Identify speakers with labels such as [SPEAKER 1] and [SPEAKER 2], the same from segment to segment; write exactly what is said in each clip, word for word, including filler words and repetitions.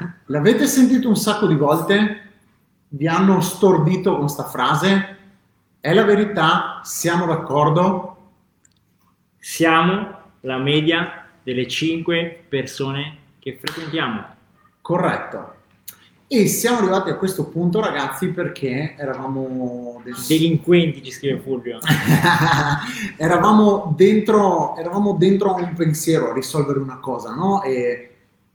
[SPEAKER 1] L'avete sentito un sacco di volte? Vi hanno stordito con sta frase? È la verità? Siamo d'accordo?
[SPEAKER 2] Siamo la media delle cinque persone che frequentiamo.
[SPEAKER 1] Corretto. E siamo arrivati a questo punto, ragazzi, perché eravamo del...
[SPEAKER 2] Delinquenti, ci scrive Fulvio.
[SPEAKER 1] eravamo, dentro, eravamo dentro a un pensiero, a risolvere una cosa, no? E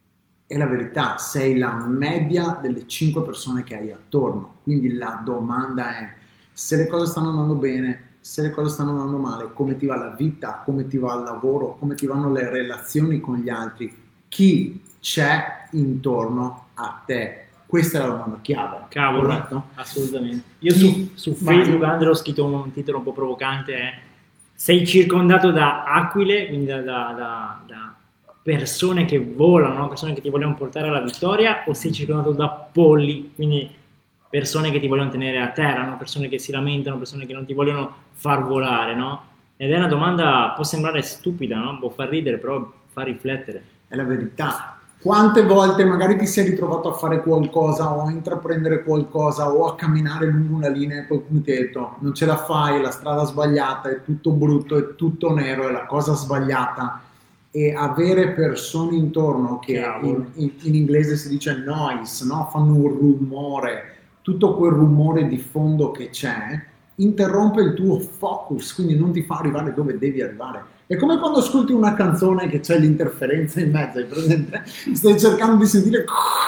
[SPEAKER 1] è la verità, sei la media delle cinque persone che hai attorno. Quindi la domanda è: se le cose stanno andando bene, se le cose stanno andando male, come ti va la vita, come ti va il lavoro, come ti vanno le relazioni con gli altri, chi c'è intorno a te? Questa è la domanda chiave.
[SPEAKER 2] Cavolo,
[SPEAKER 1] corretto?
[SPEAKER 2] Assolutamente. Io su, su Facebook, Andrea, ho scritto un titolo un po' provocante, è sei circondato da aquile, quindi da, da, da, da persone che volano, persone che ti vogliono portare alla vittoria, o sei circondato da polli, quindi persone che ti vogliono tenere a terra, no? Persone che si lamentano, persone che non ti vogliono far volare, no? Ed è una domanda, può sembrare stupida, no? Può far ridere, però fa riflettere.
[SPEAKER 1] È la verità. Quante volte magari ti sei ritrovato a fare qualcosa o a intraprendere qualcosa o a camminare lungo una linea e qualcuno ti ha detto non ce la fai, è la strada sbagliata, è tutto brutto, è tutto nero, è la cosa sbagliata, e avere persone intorno che in, in, in inglese si dice noise, no? Fanno un rumore, tutto quel rumore di fondo che c'è interrompe il tuo focus, quindi non ti fa arrivare dove devi arrivare. È come quando ascolti una canzone che c'è l'interferenza in mezzo, hai presente? Stai cercando di sentire,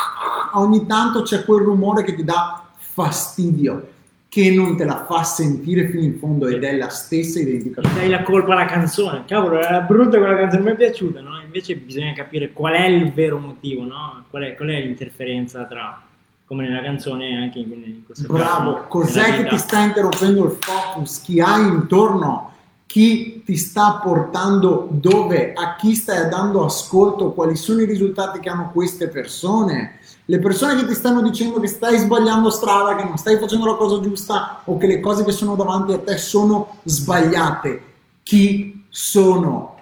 [SPEAKER 1] ogni tanto c'è quel rumore che ti dà fastidio, che non te la fa sentire fino in fondo, ed è la stessa identica cosa.
[SPEAKER 2] Dai la colpa alla canzone, cavolo, era brutta quella canzone, mi è piaciuta, no? Invece bisogna capire qual è il vero motivo, no? Qual è, qual è l'interferenza tra, come nella canzone e anche in, in questo caso.
[SPEAKER 1] Bravo, cos'è che ti sta interrompendo il focus? Chi hai intorno? Chi ti sta portando dove? A chi stai dando ascolto? Quali sono i risultati che hanno queste persone? Le persone che ti stanno dicendo che stai sbagliando strada, che non stai facendo la cosa giusta o che le cose che sono davanti a te sono sbagliate. Chi sono?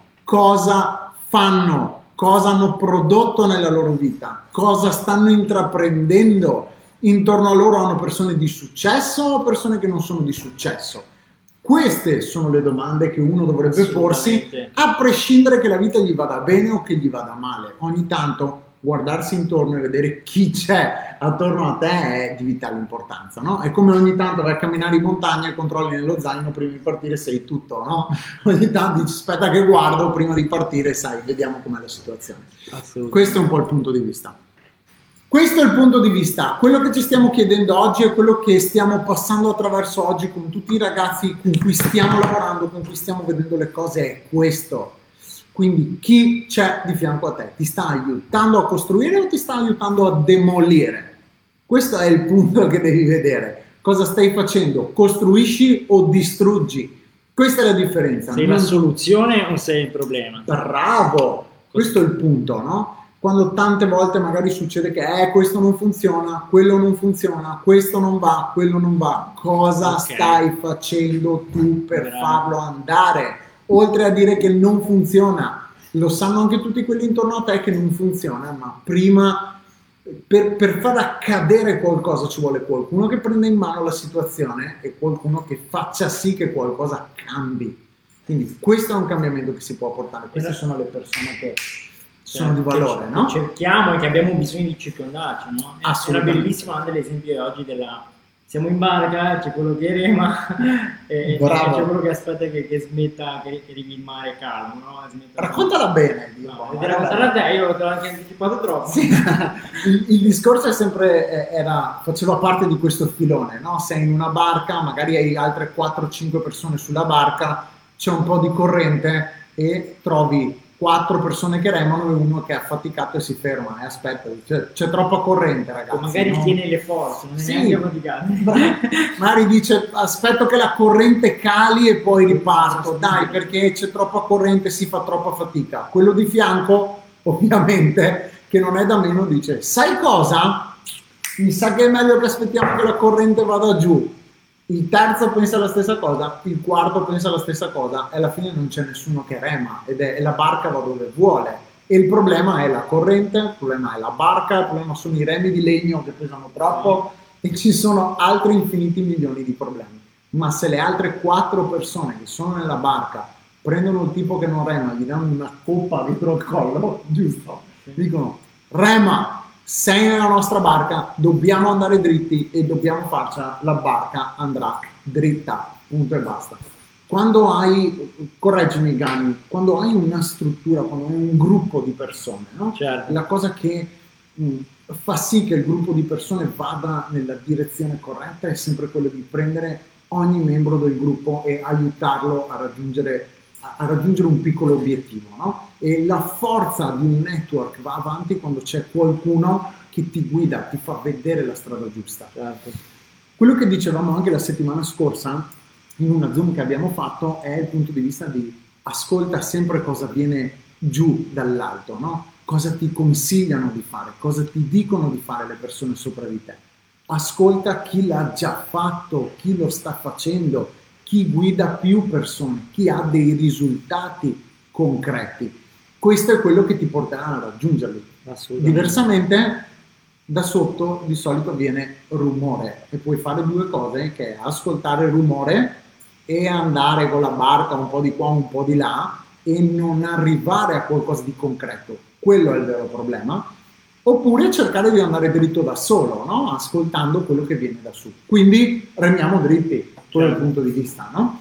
[SPEAKER 1] Cosa fanno? Cosa hanno prodotto nella loro vita? Cosa stanno intraprendendo? Intorno a loro hanno persone di successo o persone che non sono di successo? Queste sono le domande che uno dovrebbe porsi, a prescindere che la vita gli vada bene o che gli vada male. Ogni tanto guardarsi intorno e vedere chi c'è attorno a te è di vitale importanza, no? È come ogni tanto vai a camminare in montagna e controlli nello zaino prima di partire, sei tutto, no? Ogni tanto dici aspetta che guardo prima di partire, sai, vediamo com'è la situazione. Questo è un po' il punto di vista. Questo è il punto di vista. Quello che ci stiamo chiedendo oggi è quello che stiamo passando attraverso oggi con tutti i ragazzi con cui stiamo lavorando, con cui stiamo vedendo le cose, è questo. Quindi chi c'è di fianco a te? Ti sta aiutando a costruire o ti sta aiutando a demolire? Questo è il punto che devi vedere. Cosa stai facendo? Costruisci o distruggi? Questa è la differenza.
[SPEAKER 2] Sei non... la soluzione o sei il problema?
[SPEAKER 1] Bravo! Questo è il punto, no? Quando tante volte magari succede che eh, questo non funziona, quello non funziona, questo non va, quello non va. Cosa okay. stai facendo tu per Bravo. farlo andare? Oltre a dire che non funziona, lo sanno anche tutti quelli intorno a te che non funziona, ma prima per, per far accadere qualcosa ci vuole qualcuno che prenda in mano la situazione e qualcuno che faccia sì che qualcosa cambi. Quindi questo è un cambiamento che si può portare. Queste sono le persone che sono di valore,
[SPEAKER 2] che
[SPEAKER 1] no?
[SPEAKER 2] cerchiamo e che abbiamo bisogno di circondarci, no? Era bellissimo anche l'esempio oggi della siamo in barca, c'è quello che rema e, e c'è quello che aspetta che, che smetta, che, che arrivi in mare calmo, no? Smetta
[SPEAKER 1] raccontala bene,
[SPEAKER 2] no, no, raccontala te, io te l'ho anche anticipato troppo.
[SPEAKER 1] Sì. il, il discorso è sempre era, faceva parte di questo filone, no? Sei in una barca, magari hai altre quattro cinque persone sulla barca, c'è un po' di corrente e trovi quattro persone che remano e uno che è affaticato e si ferma e aspetta, c'è, c'è troppa corrente, ragazzi.
[SPEAKER 2] O magari no? tiene le forze, non è sì. neanche affaticato.
[SPEAKER 1] Magari dice aspetto che la corrente cali e poi riparto, dai, perché c'è troppa corrente, si fa troppa fatica. Quello di fianco, ovviamente, che non è da meno, dice sai cosa? Mi sa che è meglio che aspettiamo che la corrente vada giù. Il terzo pensa la stessa cosa, il quarto pensa la stessa cosa e alla fine non c'è nessuno che rema ed è, e la barca va dove vuole. E il problema è la corrente, il problema è la barca, il problema sono i remi di legno che pesano troppo e ci sono altri infiniti milioni di problemi. Ma se le altre quattro persone che sono nella barca prendono il tipo che non rema, gli danno una coppa dietro il collo, giusto? Sì. Dicono, rema, sei nella nostra barca, dobbiamo andare dritti e dobbiamo farcela, la barca andrà dritta, punto e basta. Quando hai, correggimi Gani, quando hai una struttura, quando hai un gruppo di persone, no?
[SPEAKER 2] Certo.
[SPEAKER 1] La cosa che mh, fa sì che il gruppo di persone vada nella direzione corretta è sempre quello di prendere ogni membro del gruppo e aiutarlo a raggiungere, a, a raggiungere un piccolo obiettivo, no? E la forza di un network va avanti quando c'è qualcuno che ti guida, ti fa vedere la strada giusta.
[SPEAKER 2] Certo.
[SPEAKER 1] Quello che dicevamo anche la settimana scorsa in una Zoom che abbiamo fatto è il punto di vista di ascolta sempre cosa viene giù dall'alto, no? Cosa ti consigliano di fare, cosa ti dicono di fare le persone sopra di te. Ascolta chi l'ha già fatto, chi lo sta facendo, chi guida più persone, chi ha dei risultati concreti. Questo è quello che ti porterà a raggiungerli. Diversamente, da sotto di solito viene rumore e puoi fare due cose, che è ascoltare il rumore e andare con la barca un po' di qua, un po' di là e non arrivare a qualcosa di concreto. Quello è il vero problema. Oppure cercare di andare dritto da solo, no? Ascoltando quello che viene da su. Quindi remiamo dritti, quello è il punto di vista, no?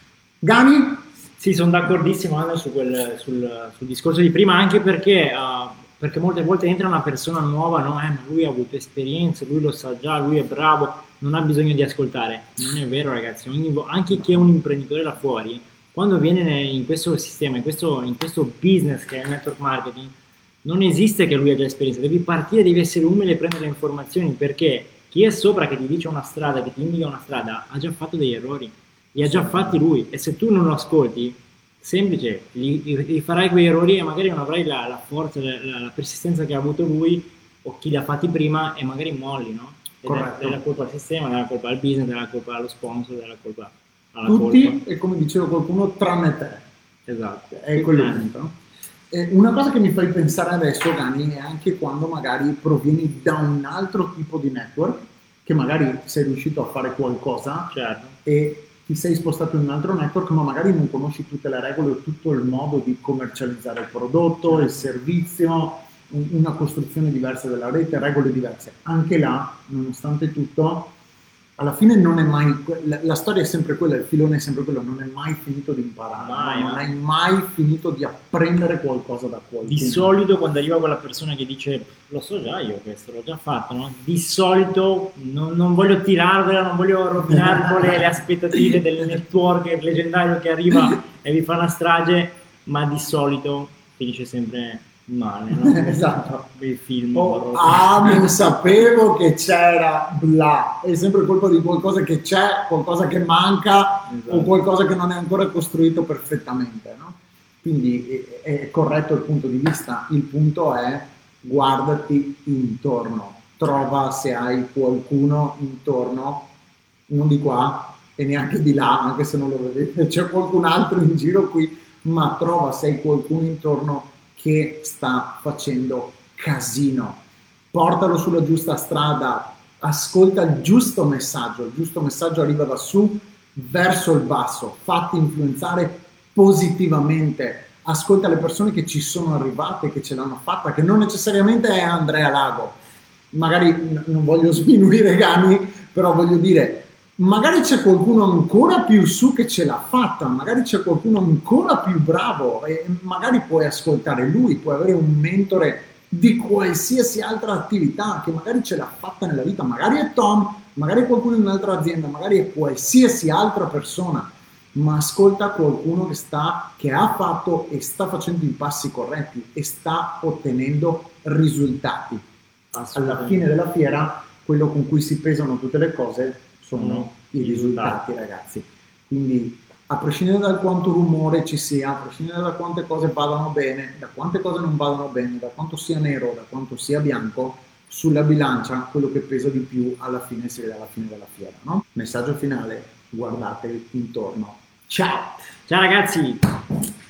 [SPEAKER 1] Gani?
[SPEAKER 2] Sì, sono d'accordissimo Andrea, su quel, sul, sul discorso di prima, anche perché, uh, perché molte volte entra una persona nuova, no? Eh, ma lui ha avuto esperienza, lui lo sa già, lui è bravo, non ha bisogno di ascoltare. Non è vero, ragazzi. Ogni, anche chi è un imprenditore là fuori, quando viene in questo sistema, in questo, in questo business che è il network marketing, non esiste che lui ha già esperienza. Devi partire, devi essere umile e prendere le informazioni, perché chi è sopra che ti dice una strada, che ti indica una strada, ha già fatto degli errori, li ha già fatti lui, e se tu non lo ascolti, semplice, gli, gli farai quegli errori e magari non avrai la, la forza, la, la persistenza che ha avuto lui o chi li ha fatti prima, e magari molli, no? Corretto. Della colpa al sistema, della colpa al business, della colpa allo sponsor, della colpa alla
[SPEAKER 1] tutti
[SPEAKER 2] colpa.
[SPEAKER 1] E come diceva qualcuno, tranne te.
[SPEAKER 2] Esatto.
[SPEAKER 1] È quello il punto, no? Eh, una cosa che mi fai pensare adesso, Gani, è anche quando magari provieni da un altro tipo di network, che magari sei riuscito a fare qualcosa,
[SPEAKER 2] certo,
[SPEAKER 1] e ti sei spostato in un altro network, ma magari non conosci tutte le regole o tutto il modo di commercializzare il prodotto, certo, il servizio, un, una costruzione diversa della rete, regole diverse. Anche là, nonostante tutto, alla fine non è mai, la, la storia è sempre quella, il filone è sempre quello, non è mai finito di imparare, mai, no? Non hai mai finito di apprendere qualcosa da qualcuno.
[SPEAKER 2] Di solito quando arriva quella persona che dice lo so già io questo, l'ho già fatto, no? Di solito non, non voglio tirarvela, non voglio rovinare le, le aspettative del network leggendario che arriva e vi fa una strage, ma di solito finisce sempre male, no?
[SPEAKER 1] Esatto.
[SPEAKER 2] Il film.
[SPEAKER 1] Oh, ah, non sapevo che c'era, bla. È sempre colpa di qualcosa che c'è, qualcosa che manca, esatto, o qualcosa che non è ancora costruito perfettamente, no? Quindi è, è corretto il punto di vista. Il punto è guardati intorno, trova se hai qualcuno intorno, non di qua e neanche di là, anche se non lo vedete, c'è qualcun altro in giro qui, ma trova se hai qualcuno intorno che sta facendo casino, portalo sulla giusta strada, ascolta il giusto messaggio, il giusto messaggio arriva da su verso il basso, fatti influenzare positivamente, ascolta le persone che ci sono arrivate, che ce l'hanno fatta, che non necessariamente è Andrea Lago, magari non voglio sminuire Gani, però voglio dire, magari c'è qualcuno ancora più su che ce l'ha fatta, magari c'è qualcuno ancora più bravo e magari puoi ascoltare lui, puoi avere un mentore di qualsiasi altra attività che magari ce l'ha fatta nella vita, magari è Tom, magari è qualcuno in un'altra azienda, magari è qualsiasi altra persona, ma ascolta qualcuno che sta, che ha fatto e sta facendo i passi corretti e sta ottenendo risultati. Alla fine della fiera, quello con cui si pesano tutte le cose sono i risultati, ragazzi. Quindi a prescindere da quanto rumore ci sia, a prescindere da quante cose vadano bene, da quante cose non vadano bene, da quanto sia nero, da quanto sia bianco, sulla bilancia quello che pesa di più alla fine si vede alla fine della fiera, no? Messaggio finale, guardate intorno. Ciao!
[SPEAKER 2] Ciao ragazzi!